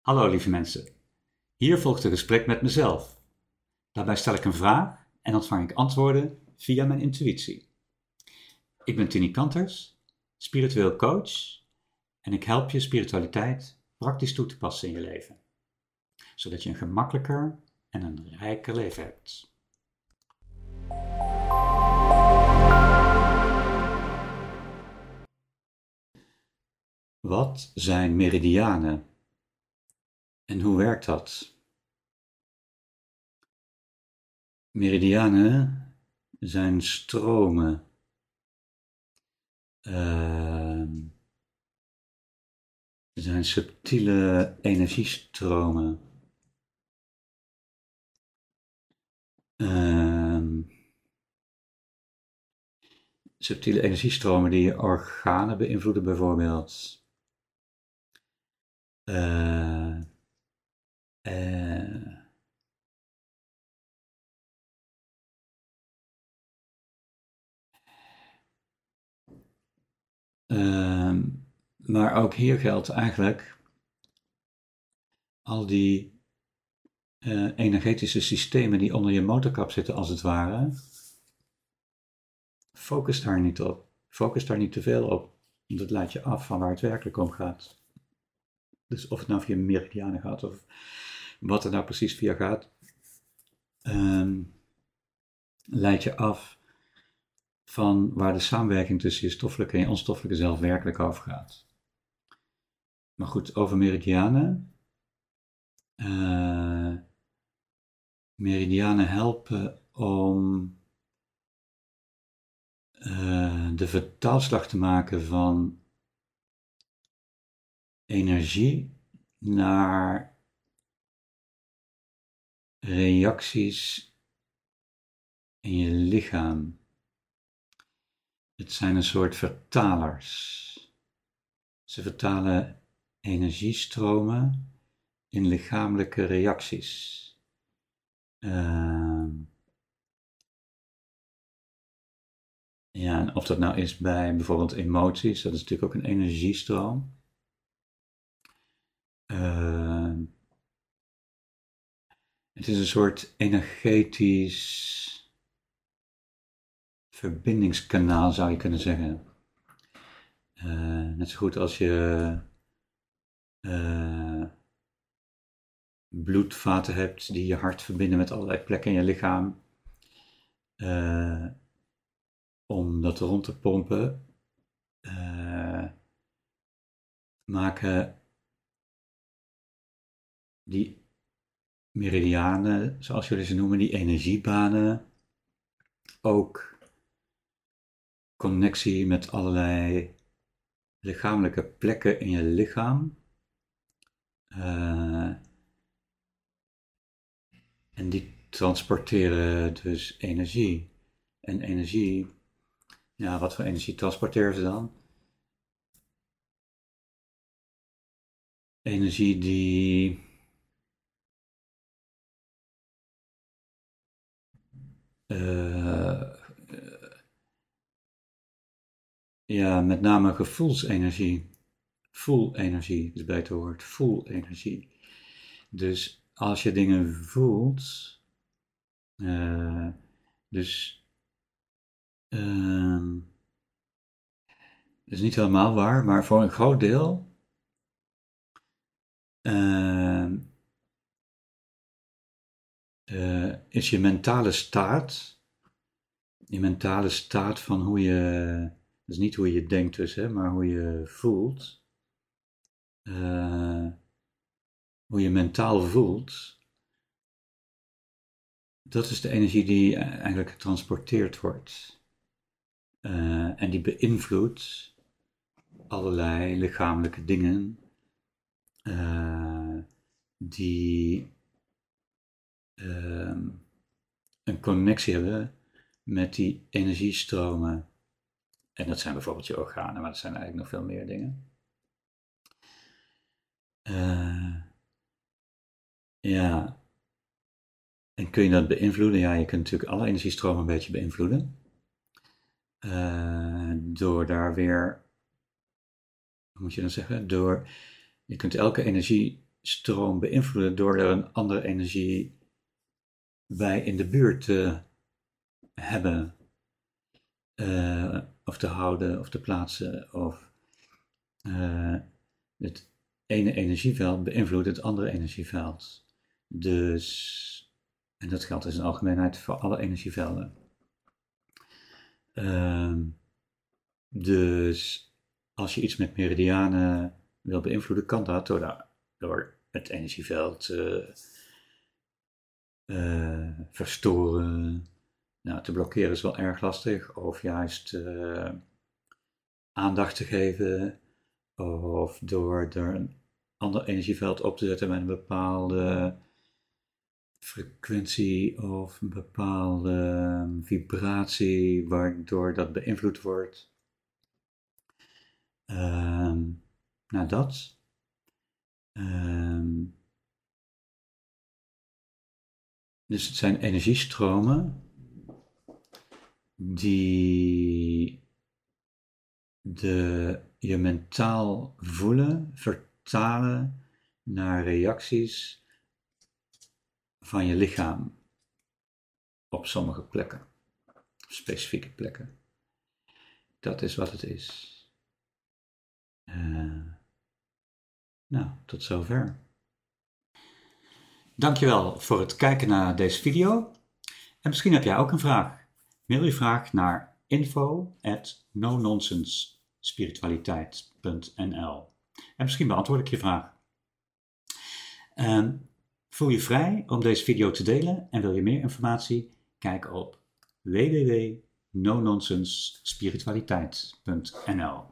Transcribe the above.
Hallo lieve mensen, hier volgt een gesprek met mezelf. Daarbij stel ik een vraag en ontvang ik antwoorden via mijn intuïtie. Ik ben Tini Kanters, spiritueel coach en ik help je spiritualiteit praktisch toe te passen in je leven, zodat je een gemakkelijker en een rijker leven hebt. Wat zijn meridianen en hoe werkt dat? Meridianen zijn stromen. Zijn subtiele energiestromen. Subtiele energiestromen die organen beïnvloeden bijvoorbeeld. Maar ook hier geldt eigenlijk al die energetische systemen die onder je motorkap zitten als het ware. Focus daar niet op. Focus daar niet te veel op. Want het leidt je af van waar het werkelijk om gaat. Dus of het nou via meridianen gaat of wat er nou precies via gaat, leidt je af van waar de samenwerking tussen je stoffelijke en je onstoffelijke zelf werkelijk over gaat. Maar goed, over meridianen. Meridianen helpen om de vertaalslag te maken van energie naar reacties in je lichaam. Het zijn een soort vertalers. Ze vertalen energiestromen in lichamelijke reacties. Ja, en of dat nou is bij bijvoorbeeld emoties, dat is natuurlijk ook een energiestroom. Het is een soort energetisch verbindingskanaal, zou je kunnen zeggen. Net zo goed als je bloedvaten hebt die je hart verbinden met allerlei plekken in je lichaam. Om dat rond te pompen, maken die meridianen, zoals jullie ze noemen, die energiebanen, ook connectie met allerlei lichamelijke plekken in je lichaam. En die transporteren dus energie. En energie, ja, wat voor energie transporteren ze dan? Energie die ja, met name gevoelsenergie. Voelenergie is beter woord. Voelenergie. Dus als je dingen voelt, dus dat is niet helemaal waar, maar voor een groot deel is je mentale staat van hoe je, dus niet hoe je denkt dus, hè, maar hoe je voelt, hoe je mentaal voelt, dat is de energie die eigenlijk getransporteerd wordt. En die beïnvloedt allerlei lichamelijke dingen die een connectie hebben met die energiestromen. En dat zijn bijvoorbeeld je organen, maar dat zijn eigenlijk nog veel meer dingen. Ja. En kun je dat beïnvloeden? Ja, je kunt natuurlijk alle energiestromen een beetje beïnvloeden. Door daar weer, hoe moet je dat zeggen? Je kunt elke energie energiestroom beïnvloeden door er een andere energie bij in de buurt te hebben, of te houden, of te plaatsen, of het ene energieveld beïnvloedt het andere energieveld. Dus, en dat geldt in zijn algemeenheid voor alle energievelden. Dus als je iets met meridianen wil beïnvloeden, kan dat door het energieveld verstoren. Nou, te blokkeren is wel erg lastig, of juist aandacht te geven, of door er een ander energieveld op te zetten met een bepaalde frequentie of een bepaalde vibratie, waardoor dat beïnvloed wordt. Nou, dat. Dus het zijn energiestromen die je mentaal voelen, vertalen naar reacties van je lichaam op sommige plekken, op specifieke plekken. Dat is wat het is. Nou, tot zover. Dankjewel voor het kijken naar deze video. En misschien heb jij ook een vraag. Mail je vraag naar info@nononsensespiritualiteit.nl en misschien beantwoord ik je vraag. Voel je vrij om deze video te delen en wil je meer informatie? Kijk op www.nononsensespiritualiteit.nl.